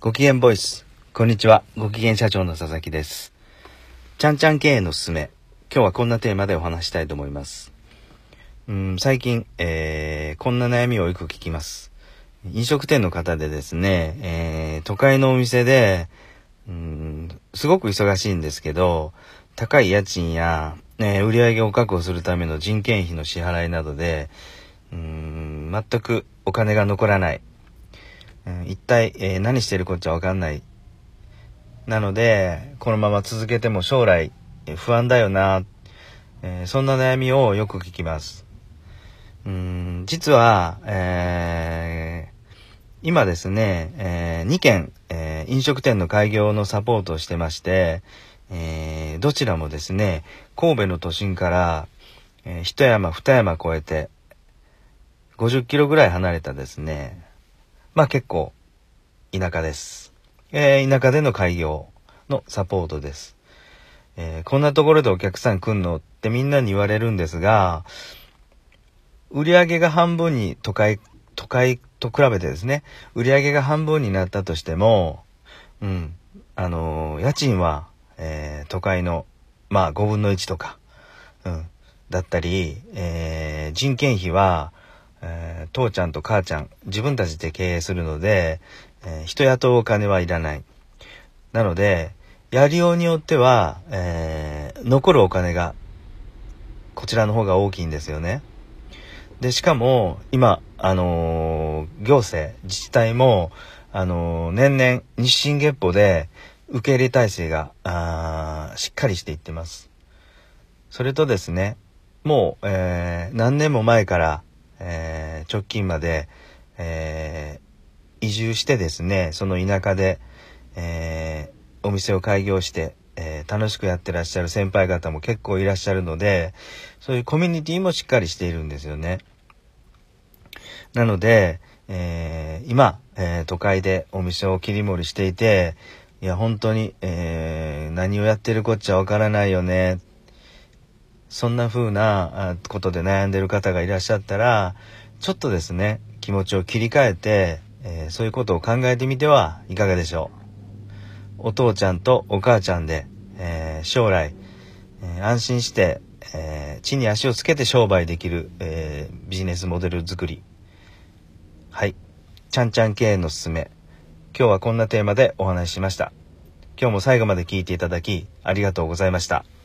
ご機嫌ボイス。こんにちは。ご機嫌社長の佐々木です。ちゃんちゃん経営のすすめ。今日はこんなテーマでお話したいと思います。最近、こんな悩みをよく聞きます。飲食店の方でですね、都会のお店で、すごく忙しいんですけど、高い家賃や、売上を確保するための人件費の支払いなどで、全くお金が残らない。一体、何してるこっちゃわかんない。なので、このまま続けても将来、不安だよな、そんな悩みをよく聞きます。実は、今ですね、2軒、飲食店の開業のサポートをしてまして、どちらもですね、神戸の都心から、一山二山越えて、50キロぐらい離れたですね、結構田舎です。田舎での開業のサポートです。こんなところでお客さん来んのってみんなに言われるんですが、売上が半分に都会と比べてですね、売上が半分になったとしても、家賃は、都会の5分の1とか、だったり、人件費は父ちゃんと母ちゃん自分たちで経営するので、人雇うお金はいらない。なのでやりようによっては、残るお金がこちらの方が大きいんですよね。でしかも今行政自治体も年々日進月歩で受け入れ体制がしっかりしていってます。それとですね、もう、何年も前から直近まで、移住してですね、その田舎で、お店を開業して、楽しくやってらっしゃる先輩方も結構いらっしゃるので、そういうコミュニティもしっかりしているんですよね。なので、今、都会でお店を切り盛りしていて、いや本当に、何をやってるこっちゃわからないよね、そんな風なことで悩んでる方がいらっしゃったら、ちょっとですね、気持ちを切り替えて、そういうことを考えてみてはいかがでしょう。お父ちゃんとお母ちゃんで、将来、安心して、地に足をつけて商売できる、ビジネスモデル作り。はい。ちゃんちゃん経営のすすめ。今日はこんなテーマでお話ししました。今日も最後まで聞いていただきありがとうございました。